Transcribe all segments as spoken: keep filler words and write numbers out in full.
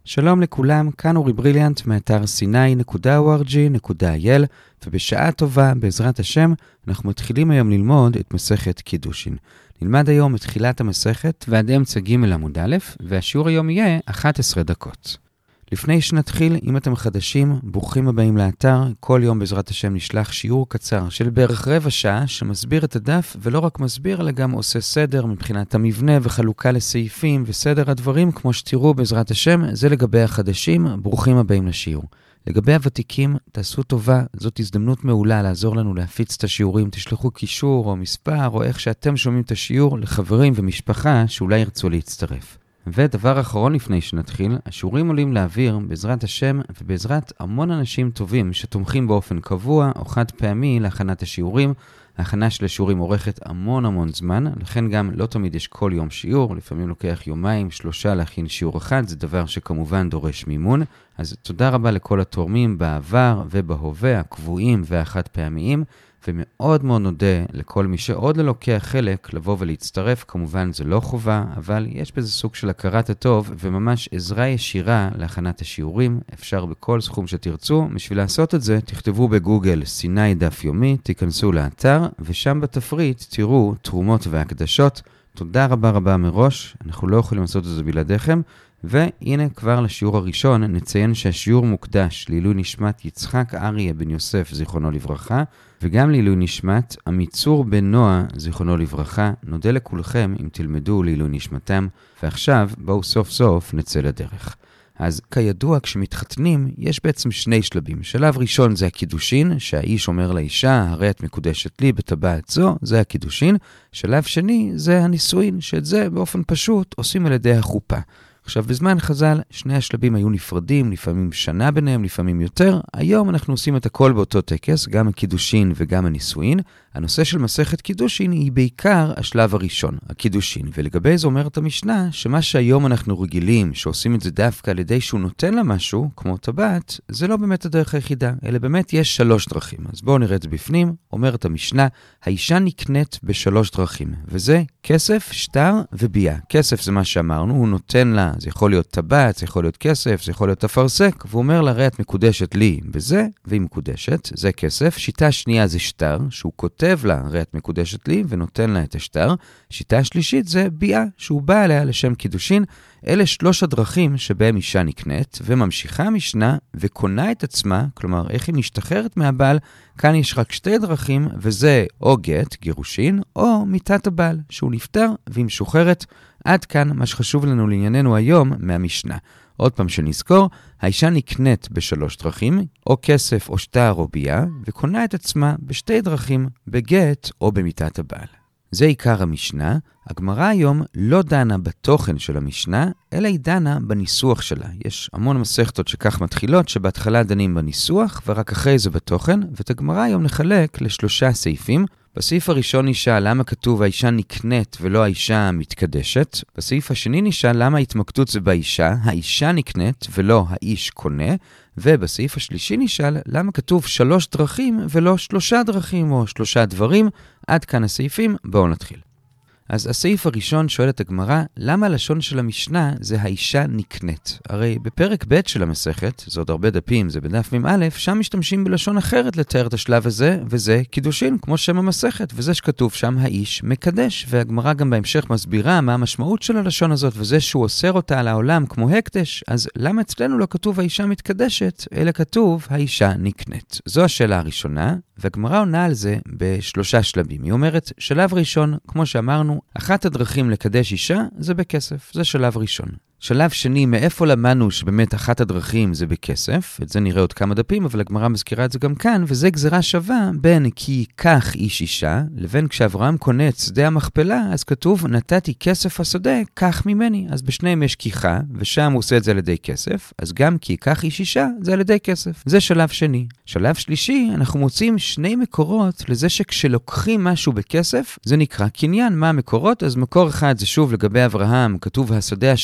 שלום לכולם, כאן אורי בריליאנט מאתר סיני נקודה או אר ג'י נקודה איי אל, ובשעה טובה, בעזרת השם, אנחנו מתחילים היום ללמוד את מסכת קידושין. נלמד היום את תחילת המסכת ועד אמצע ג' עמוד א', והשיעור היום יהיה אחת עשרה דקות. לפני שנתחיל, אם אתם חדשים, ברוכים הבאים לאתר. כל יום בעזרת השם נשלח שיעור קצר של בערך רבע שעה שמסביר את הדף, ולא רק מסביר, אלא גם עושה סדר מבחינת המבנה וחלוקה לסעיפים וסדר הדברים, כמו שתראו בעזרת השם. זה לגבי החדשים, ברוכים הבאים לשיעור. לגבי הוותיקים, תעשו טובה, זאת הזדמנות מעולה לעזור לנו להפיץ את השיעורים. תשלחו קישור או מספר או איך שאתם שומעים את השיעור לחברים ומשפחה שאולי ירצו להצטרף. ודבר אחרון לפני שנתחיל, השיעורים עולים לאוויר בעזרת השם ובעזרת המון אנשים טובים שתומכים באופן קבוע או חד פעמי להכנת השיעורים. ההכנה של השיעורים עורכת המון המון זמן, לכן גם לא תמיד יש כל יום שיעור, לפעמים לוקח יומיים, שלושה להכין שיעור אחד, זה דבר שכמובן דורש מימון. אז תודה רבה לכל התורמים בעבר ובהווה, הקבועים והחד פעמיים, ומאוד מאוד נודה לכל מי שעוד לא לוקח חלק לבוא ולהצטרף. כמובן זה לא חובה, אבל יש בזה סוג של הכרת הטוב וממש עזרה ישירה להכנת השיעורים. אפשר בכל סכום שתרצו. בשביל לעשות את זה תכתבו בגוגל סיני דף יומי, תיכנסו לאתר ושם בתפריט תראו תרומות והקדשות. תודה רבה רבה מראש, אנחנו לא יכולים לעשות את זה בלעדיכם. והנה כבר לשיעור הראשון נציין שהשיעור מוקדש לעילוי נשמת יצחק אריה בן יוסף זיכרונו לברכה, וגם לעילוי נשמת עמיצור בן נועה זיכרונו לברכה. נודה לכולכם אם תלמדו לעילוי נשמתם, ועכשיו בואו סוף סוף נצא לדרך. אז כידוע, כשמתחתנים יש בעצם שני שלבים. שלב ראשון זה הקידושין, שהאיש אומר לאישה, הרי את מקודשת לי בטבעת זו, זה הקידושין. שלב שני זה הנישואין, שאת זה באופן פשוט עושים על ידי החופה. עכשיו, בזמן חז"ל, שני השלבים היו נפרדים, לפעמים שנה ביניהם, לפעמים יותר. היום אנחנו עושים את הכל באותו טקס, גם הקידושין וגם הנישואין. הנושא של מסכת קידושין היא בעיקר השלב הראשון, הקידושין. ולגבי זה אומרת המשנה, שמה שהיום אנחנו רגילים, שעושים את זה דווקא על ידי שהוא נותן לה משהו, כמו טבעת, זה לא באמת הדרך היחידה, אלא באמת יש שלוש דרכים. אז בואו נראה את זה בפנים. אומרת המשנה, האישה נקנית בשלוש דרכים, וזה כסף, שטר ובייה. כסף זה מה שאמרנו, הוא נותן לה, זה יכול להיות טבעת, זה יכול להיות כסף, זה יכול להיות אפרסק, והוא אומר לה, הרי את מקודשת לי בזה, והיא מקודשת, זה כסף. שיטה שנייה זה שטר, שהוא כותב לה, הרי את מקודשת לי, ונותן לה את השטר. שיטה שלישית זה בייה, שהוא בא עליה לשם קידושין. אלה שלוש הדרכים שבהם אישה נקנית, וממשיכה המשנה וקונה את עצמה, כלומר איך היא משתחררת מהבעל. כאן יש רק שתי דרכים, וזה או גט, גירושין, או מיתת הבעל, שהוא נפטר והיא משוחררת. עד כאן מה שחשוב לנו לענייננו היום מהמשנה. עוד פעם שנזכור, האישה נקנית בשלוש דרכים, או כסף או שטר או בייה, וקונה את עצמה בשתי דרכים, בגט או במיתת הבעל. זה עיקר המשנה. הגמרא היום לא דנה בתוכן של המשנה, אלא היא דנה בניסוח שלה. יש המון מסכתות שכך מתחילות, שבהתחלה דנים בניסוח, ורק אחרי זה בתוכן, ואת הגמרא היום נחלק לשלושה סעיפים. בסעיף הראשון נשאל למה כתוב האישה נקנית ולא האישה מתקדשת. בסעיף השני נשאל למה ההתמקדות זה באישה, האישה נקנית ולא האיש קונה. ובסעיף השלישי נשאל למה כתוב שלוש דרכים ולא שלושה דרכים או שלושה דברים. עד כאן הסעיפים, בואו נתחיל. אז הסעיף הראשון שואל את הגמרא, למה הלשון של המשנה זה האישה נקנית? הרי בפרק ב' של המסכת, זה עוד הרבה דפים, זה בדף מ"א, שם משתמשים בלשון אחרת לתאר את השלב הזה, וזה קידושין, כמו שם המסכת, וזה שכתוב שם האיש מקדש. והגמרא גם בהמשך מסבירה מה המשמעות של הלשון הזאת, וזה שהוא אוסר אותה על העולם כמו הקדש. אז למה אצלנו לא כתוב האישה מתקדשת, אלא כתוב האישה נקנית? זו השאלה הראשונה, והגמרא עונה על זה בשלושה שלבים. היא אומרת, שלב ראשון, כמו שאמרנו, אחת הדרכים לקדש אישה זה בכסף, זה שלב ראשון. שלב שני, מאיפה למדנו שבאמת אחת הדרכים זה בכסף? את זה נראה עוד כמה דפים, אבל הגמרא מזכירה את זה גם כאן, וזה גזרה שווה בין כי ייקח איש אישה, לבין כשאברהם קונה את שדה המכפלה, אז כתוב, נתתי כסף השדה, קח ממני. אז בשניהם יש כיחה, ושם הוא עושה את זה על ידי כסף, אז גם כי ייקח איש אישה, זה על ידי כסף. זה שלב שני. שלב שלישי, אנחנו מוצאים שני מקורות לזה שכשלוקחים משהו בכסף, זה נקרא קניין. מה המקורות? אז מקור אחד זה שוב לגבי אברהם, כתוב השדה אשר קנה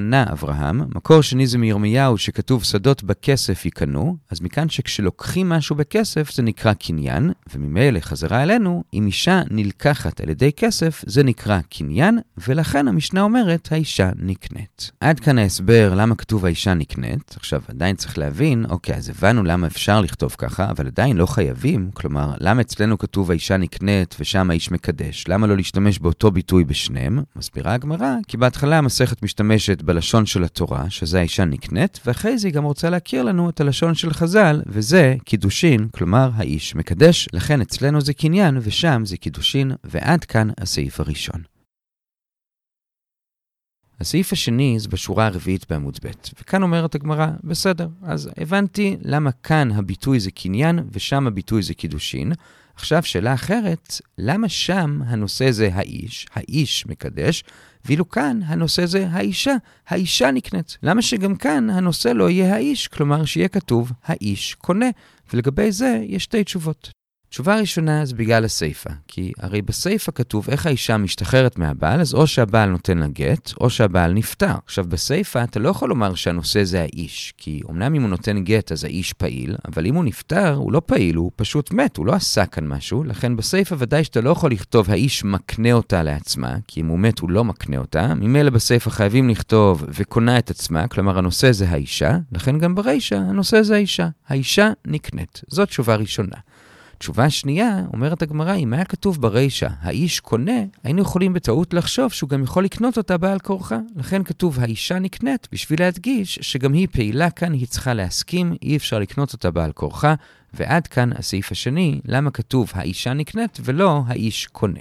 קנה אברהם. מקור שני זה מירמיהו שכתוב שדות בכסף יקנו, אז מכאן שכשלוקחים משהו בכסף זה נקרא קניין, וממילא חזרה אלינו, אם אישה נלקחת על ידי כסף זה נקרא קניין, ולכן המשנה אומרת האישה נקנית. עד כאן ההסבר למה כתוב האישה נקנית. עכשיו עדיין צריך להבין, אוקיי, אז הבנו למה אפשר לכתוב ככה, אבל עדיין לא חייבים, כלומר, למה אצלנו כתוב האישה נקנית ושם האיש מקדש? למה לא להשתמש באותו ביטוי בשניהם? מסבירה הגמרא, כי בהתחלה המסכת משתמשת בלשון של התורה, שזה האישה נקנית, ואחרי זה היא גם רוצה להכיר לנו את הלשון של חז"ל, וזה קידושין, כלומר האיש מקדש. לכן אצלנו זה קניין ושם זה קידושין, ועד כאן הסעיף הראשון. הסעיף השני זה בשורה הרביעית בעמוד ב', וכאן אומרת הגמרא, בסדר, אז הבנתי למה כאן הביטוי זה קניין ושם הביטוי זה קידושין. עכשיו שאלה אחרת, למה שם הנושא זה האיש, האיש מקדש, ואילו כאן הנושא זה האישה, האישה נקנית? למה שגם כאן הנושא לא יהיה האיש, כלומר שיהיה כתוב האיש קונה? ולגבי זה יש שתי תשובות. תשובה ראשונה זה בגלל הסייפה, כי הרי בסייפה כתוב איך האישה משתחררת מהבעל, אז או שהבעל נותן לה גט, או שהבעל נפטר. עכשיו בסייפה אתה לא יכול לומר שהנושא זה האיש, כי אמנם אם הוא נותן גט אז האיש פעיל, אבל אם הוא נפטר הוא לא פעיל, הוא פשוט מת, הוא לא עשה כאן משהו, לכן בסייפה ודאי שאתה לא יכול לכתוב האיש מקנה אותה לעצמה, כי אם הוא מת הוא לא מקנה אותה, ממילא בסייפה חייבים לכתוב וקונה את עצמה, כלומר הנושא זה האישה, לכן גם ברישה הנושא זה האישה, האישה נקנית. זאת תשובה ראשונה. תשובה שנייה, אומרת הגמרא, אם היה כתוב ברישה, האיש קונה, היינו יכולים בטעות לחשוב שהוא גם יכול לקנות אותה בעל כורחה. לכן כתוב האישה נקנית, בשביל להדגיש שגם היא פעילה כאן, היא צריכה להסכים, אי אפשר לקנות אותה בעל כורחה, ועד כאן הסעיף השני, למה כתוב האישה נקנית ולא האיש קונה.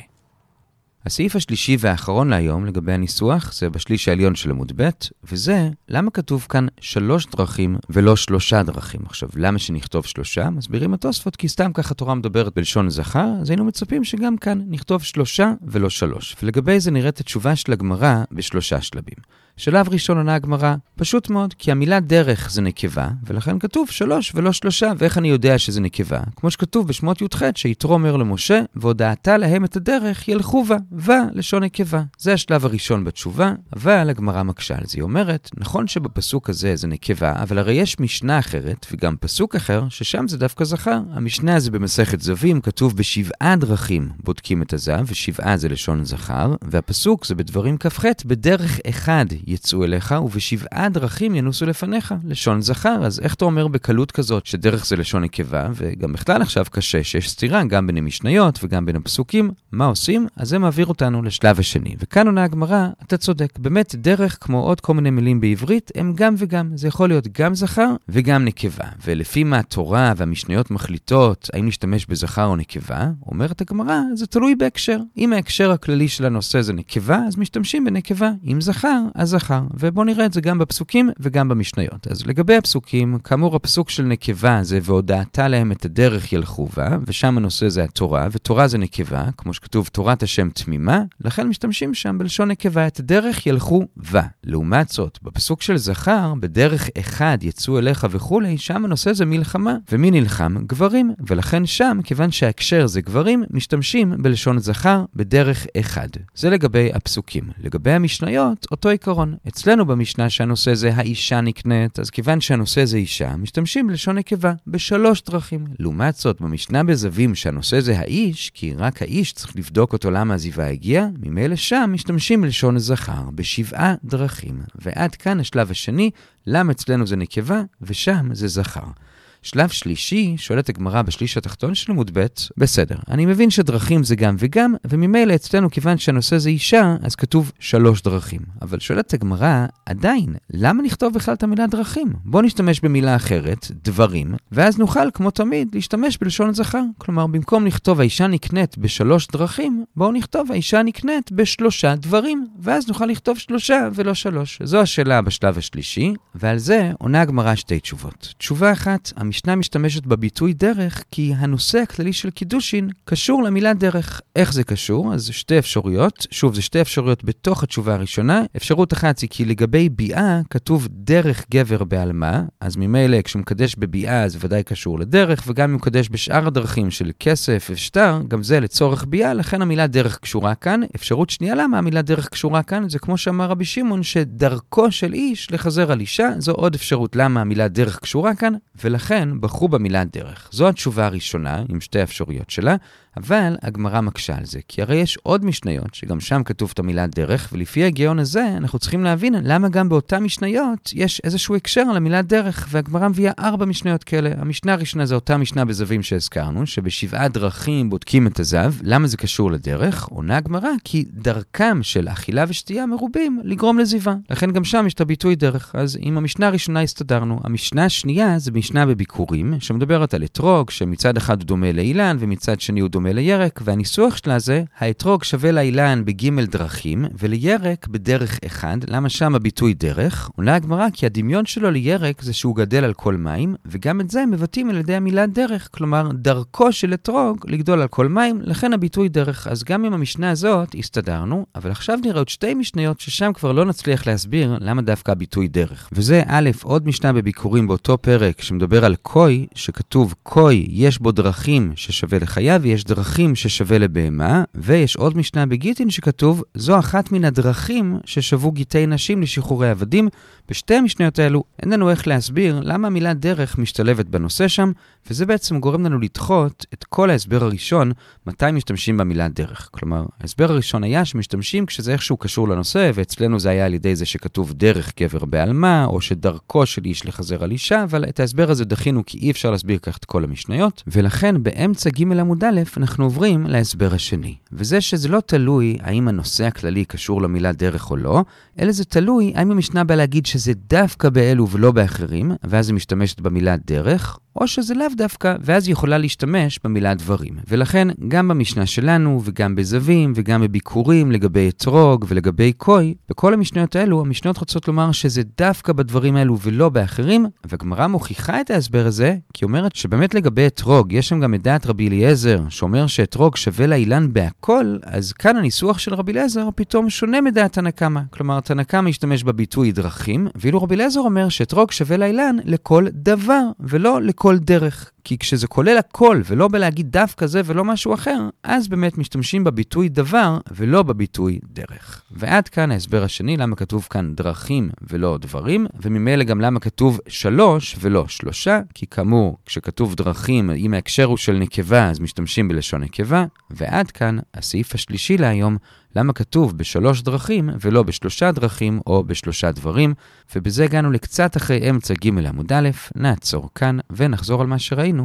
הסעיף השלישי והאחרון להיום לגבי הניסוח זה בשליש העליון של עמוד ב', וזה למה כתוב כאן שלוש דרכים ולא שלושה דרכים. עכשיו, למה שנכתוב שלושה? מסבירים התוספות, כי סתם ככה התורה מדברת בלשון זכר, אז היינו מצפים שגם כאן נכתוב שלושה ולא שלוש. ולגבי זה נראית התשובה של הגמרא בשלושה שלבים. שלב ראשון עונה הגמרא, פשוט מאוד, כי המילה דרך זה נקבה, ולכן כתוב שלוש ולא שלושה, ואיך אני יודע שזה נקבה? כמו שכתוב בשמות י"ח, שיתרו אומר למשה, והודעתה להם את הדרך, ילכו בה, בה לשון נקבה. זה השלב הראשון בתשובה, אבל הגמרא מקשה על זה. היא אומרת, נכון שבפסוק הזה זה נקבה, אבל הרי יש משנה אחרת, וגם פסוק אחר, ששם זה דווקא זכר. המשנה הזה במסכת זבים, כתוב בשבעה דרכים בודקים את הזב, ושבעה זה לשון זכר, והפסוק זה בדברים כ"ח, בדרך אחד יצאו אליך, ובשבעה דרכים ינוסו לפניך, לשון זכר. אז איך אתה אומר בקלות כזאת שדרך זה לשון נקבה, וגם בכלל עכשיו קשה שיש סתירה גם בין המשניות וגם בין הפסוקים, מה עושים? אז זה מעביר אותנו לשלב השני. וכאן עונה הגמרא, אתה צודק, באמת דרך כמו עוד כל מיני מילים בעברית, הם גם וגם, זה יכול להיות גם זכר וגם נקבה. ולפי מה התורה והמשניות מחליטות, האם להשתמש בזכר או נקבה, אומרת הגמרא, זה תלוי בהקשר. אם ההקשר הכללי של הנושא זה נקבה, אז משתמשים בנקבה. אם זכר, אז זכר. ובואו נראה את זה גם בפסוקים וגם במשניות. אז לגבי הפסוקים, כאמור הפסוק של נקבה זה והודעתה להם את הדרך ילכו בה, ושם הנושא זה התורה, ותורה זה נקבה, כמו שכתוב תורת השם תמימה, לכן משתמשים שם בלשון נקבה, את הדרך ילכו בה. לעומת זאת, בפסוק של זכר, בדרך אחד יצאו אליך וכולי, שם הנושא זה מלחמה. ומי נלחם? גברים. ולכן שם, כיוון שההקשר זה גברים, משתמשים בלשון זכר בדרך אחד. זה לגבי הפסוקים. לגבי המשניות, אותו עיקרון. אצלנו במשנה שהנושא זה האישה נקנית, אז כיוון שהנושא זה אישה, משתמשים בלשון נקבה בשלוש דרכים. לעומת זאת, במשנה בזבים שהנושא זה האיש, כי רק האיש צריך לבדוק אותו למה הזיווה הגיעה, ממילא שם משתמשים בלשון זכר בשבעה דרכים. ועד כאן השלב השני, למה אצלנו זה נקבה ושם זה זכר. שלב שלישי, שואלת הגמרא בשליש התחתון של עמוד ב', בסדר, אני מבין שדרכים זה גם וגם, וממילא אצלנו כיוון שהנושא זה אישה, אז כתוב שלוש דרכים. אבל שואלת הגמרא, עדיין, למה נכתוב בכלל את המילה דרכים? בוא נשתמש במילה אחרת, דברים, ואז נוכל, כמו תמיד, להשתמש בלשון זכר. כלומר, במקום לכתוב האישה נקנית בשלוש דרכים, בואו נכתוב האישה נקנית בשלושה דברים, ואז נוכל לכתוב שלושה ולא שלוש. זו השאלה בשלב השלישי, ועל זה עונה הגמרא שתי תשובות. תשובה אחת, המשנה משתמשת בביטוי דרך כי הנושא הכללי של קידושין קשור למילה דרך. איך זה קשור? אז שתי אפשרויות. שוב, זה שתי אפשרויות בתוך התשובה הראשונה. אפשרות אחת היא כי לגבי ביאה כתוב דרך גבר בעלמה, אז ממילא כשהוא מקדש בביאה זה ודאי קשור לדרך, וגם אם הוא מקדש בשאר הדרכים של כסף ושטר, גם זה לצורך ביאה, לכן המילה דרך קשורה כאן. אפשרות שנייה למה המילה דרך קשורה כאן, זה כמו שאמר רבי שמעון, שדרכו של איש לחזר על אישה, זו עוד אפשרות למה המילה דרך קשורה כאן, ולכן בחרו במילה דרך. זו התשובה הראשונה עם שתי האפשרויות שלה, אבל הגמרא מקשה על זה, כי הרי יש עוד משניות שגם שם כתוב את המילה דרך, ולפי ההיגיון הזה אנחנו צריכים להבין למה גם באותה משניות יש איזשהו הקשר על המילה דרך, והגמרא מביאה ארבע משניות כאלה. המשנה הראשונה זה אותה משנה בזווים שהזכרנו, שבשבעה דרכים בודקים את הזו. למה זה קשור לדרך? עונה הגמרא כי דרכם של אכילה ושתייה מרובים לגרום לזיווה. לכן גם שם יש את הביטוי דרך. אז עם המשנה הראשונה הסתדרנו. המשנה השנייה זה משנה בביקורים, שמדברת על אתרוג, שמצד אחד הוא דומה לאילן ומצד שני הוא דומה לירק, והניסוח שלה זה, האתרוג שווה לאילן בג' דרכים, ולירק בדרך אחד. למה שם הביטוי דרך? עונה הגמרא כי הדמיון שלו לירק זה שהוא גדל על כל מים, וגם את זה מבטאים על ידי המילה דרך, כלומר דרכו של אתרוג לגדול על כל מים, לכן הביטוי דרך. אז גם עם המשנה הזאת הסתדרנו, אבל עכשיו נראה עוד שתי משניות ששם כבר לא נצליח להסביר למה דווקא הביטוי דרך. וזה א', עוד משנה בביקורים באותו פרק שמדבר על קוי, שכתוב קוי יש בו דרכים ששווה לחיה ויש דרכים ששווה לבהמה, ויש עוד משנה בגיטין שכתוב זו אחת מן הדרכים ששבו גיטי נשים לשחרורי עבדים. בשתי המשניות האלו אין לנו איך להסביר למה המילה דרך משתלבת בנושא שם, וזה בעצם גורם לנו לדחות את כל ההסבר הראשון מתי משתמשים במילה דרך. כלומר, ההסבר הראשון היה שמשתמשים כשזה איכשהו קשור לנושא, ואצלנו זה היה על ידי זה שכתוב דרך גבר בעלמה, או שדרכו של איש לחזר על אישה, אבל את ההסבר הזה דחינו כי אי אפשר להסביר כך את כל המשניות, ולכן באמצע ג' עמוד א' אנחנו עוברים להסבר השני. וזה שזה לא תלוי האם הנושא הכללי קשור למילה דרך או לא, אלא זה תלוי האם המשנה בא להגיד שזה דווקא באלו ולא באחרים, ואז היא משתמשת במילה דרך, או שזה לאו דווקא, ואז היא יכולה להשתמש במילה דברים. ולכן גם במשנה שלנו, וגם בזווים, וגם בביקורים לגבי אתרוג ולגבי קוי, בכל המשניות האלו, המשניות רוצות לומר שזה דווקא בדברים האלו ולא באחרים, והגמרא מוכיחה את ההסבר הזה, כי אומרת שבאמת לגבי אתרוג, יש שם גם את דעת רבי אליעזר, שאומר שאתרוג שווה לאילן בהכל, אז כאן הניסוח של רבי אליעזר פתאום שונה מדעת תנא קמא. כלומר, תנא קמא משתמש בביטוי דרכים, ואילו רבי אליעזר אומר שאתרוג שווה לאילן לכל דבר, ולא לכל דרך. כי כשזה כולל הכל ולא בלהגיד דווקא זה ולא משהו אחר, אז באמת משתמשים בביטוי דבר ולא בביטוי דרך. ועד כאן ההסבר השני למה כתוב כאן דרכים ולא דברים, וממילא גם למה כתוב שלוש ולא שלושה, כי כאמור כשכתוב דרכים, אם ההקשר הוא של נקבה אז משתמשים בלשון נקבה, ועד כאן הסעיף השלישי להיום, למה כתוב בשלוש דרכים ולא בשלושה דרכים או בשלושה דברים, ובזה הגענו לקצת אחרי אמצע ג' עמוד א', נעצור כאן ונחזור על מה שראינו.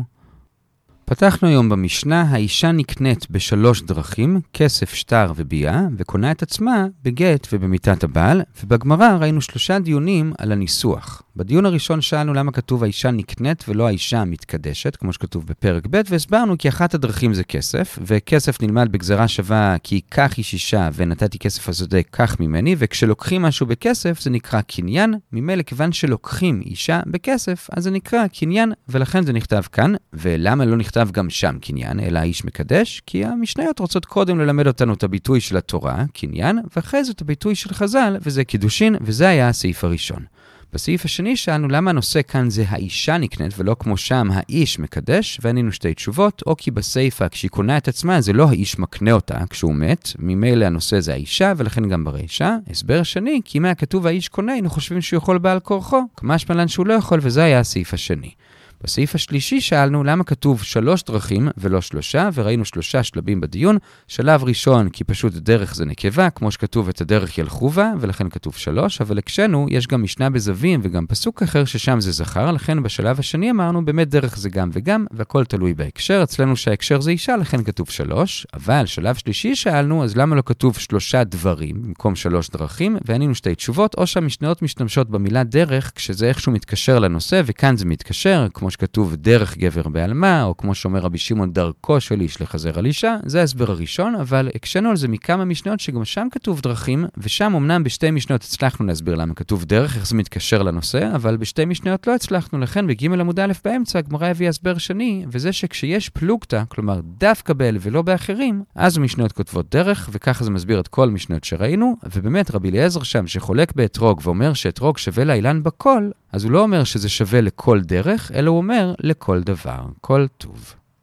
פתחנו היום במשנה, האישה נקנית בשלוש דרכים, כסף, שטר וביאה, וקונה את עצמה בגט ובמיתת הבעל, ובגמרא ראינו שלושה דיונים על הניסוח. בדיון הראשון שאלנו למה כתוב האישה נקנית ולא האישה המתקדשת, כמו שכתוב בפרק ב', והסברנו כי אחת הדרכים זה כסף, וכסף נלמד בגזרה שווה כי כך איש אישה ונתתי כסף הזודה כך ממני, וכשלוקחים משהו בכסף זה נקרא קניין, ממילא כיוון שלוקחים אישה בכסף, אז זה נקרא קניין, ולכן זה נכתב כאן. ולמה לא נכתב גם שם קניין, אלא האיש מקדש? כי המשניות רוצות קודם ללמד אותנו את הביטוי של התורה, קניין, ואחרי זה את הביטוי של חז"ל, וזה קידושין, וזה היה הסעיף הראשון. בסעיף השני שאלנו למה הנושא כאן זה האישה נקנית ולא כמו שם האיש מקדש, וענינו שתי תשובות, או כי בסעיפה כשהיא קונה את עצמה זה לא האיש מקנה אותה כשהוא מת, ממילא הנושא זה האישה ולכן גם ברישה. הסבר שני, כי אם היה כתוב האיש קונה היינו חושבים שהוא יכול בעל כורחו, כמה שפלן שהוא לא יכול, וזה היה הסעיף השני. בסעיף השלישי שאלנו למה כתוב שלוש דרכים ולא שלושה, וראינו שלושה שלבים בדיון. שלב ראשון כי פשוט דרך זה נקבה, כמו שכתוב את הדרך ילכו בה, ולכן כתוב שלוש, אבל הקשנו יש גם משנה בזווים וגם פסוק אחר ששם זה זכר, לכן בשלב השני אמרנו באמת דרך זה גם וגם, והכל תלוי בהקשר. אצלנו שההקשר זה אישה, לכן כתוב שלוש, אבל שלב שלישי שאלנו אז למה לא כתוב שלושה דברים במקום שלוש דרכים, וענינו שתי תשובות, או שהמשניות משתמשות במילה דרך כשזה איכשהו מתקשר לנושא, וכאן זה מתקשר, כמו כמו שכתוב דרך גבר בעלמה, או כמו שאומר רבי שמעון דרכו של איש לחזר על אישה, זה ההסבר הראשון, אבל הקשנו על זה מכמה משניות שגם שם כתוב דרכים, ושם אמנם בשתי משניות הצלחנו להסביר למה כתוב דרך, איך זה מתקשר לנושא, אבל בשתי משניות לא הצלחנו, לכן בג' עמוד א' באמצע, הגמרא הביא הסבר שני, וזה שכשיש פלוגתא, כלומר דווקא באלה ולא באחרים, אז המשניות כותבות דרך, וככה זה מסביר את כל משניות שראינו, ובאמת רבי אליעזר שם שחולק באתרוג ואומר שאתרוג שווה לאילן בכל, אז הוא לא אומר שזה שווה לכל דרך, אלא הוא אומר לכל דבר. כל טוב.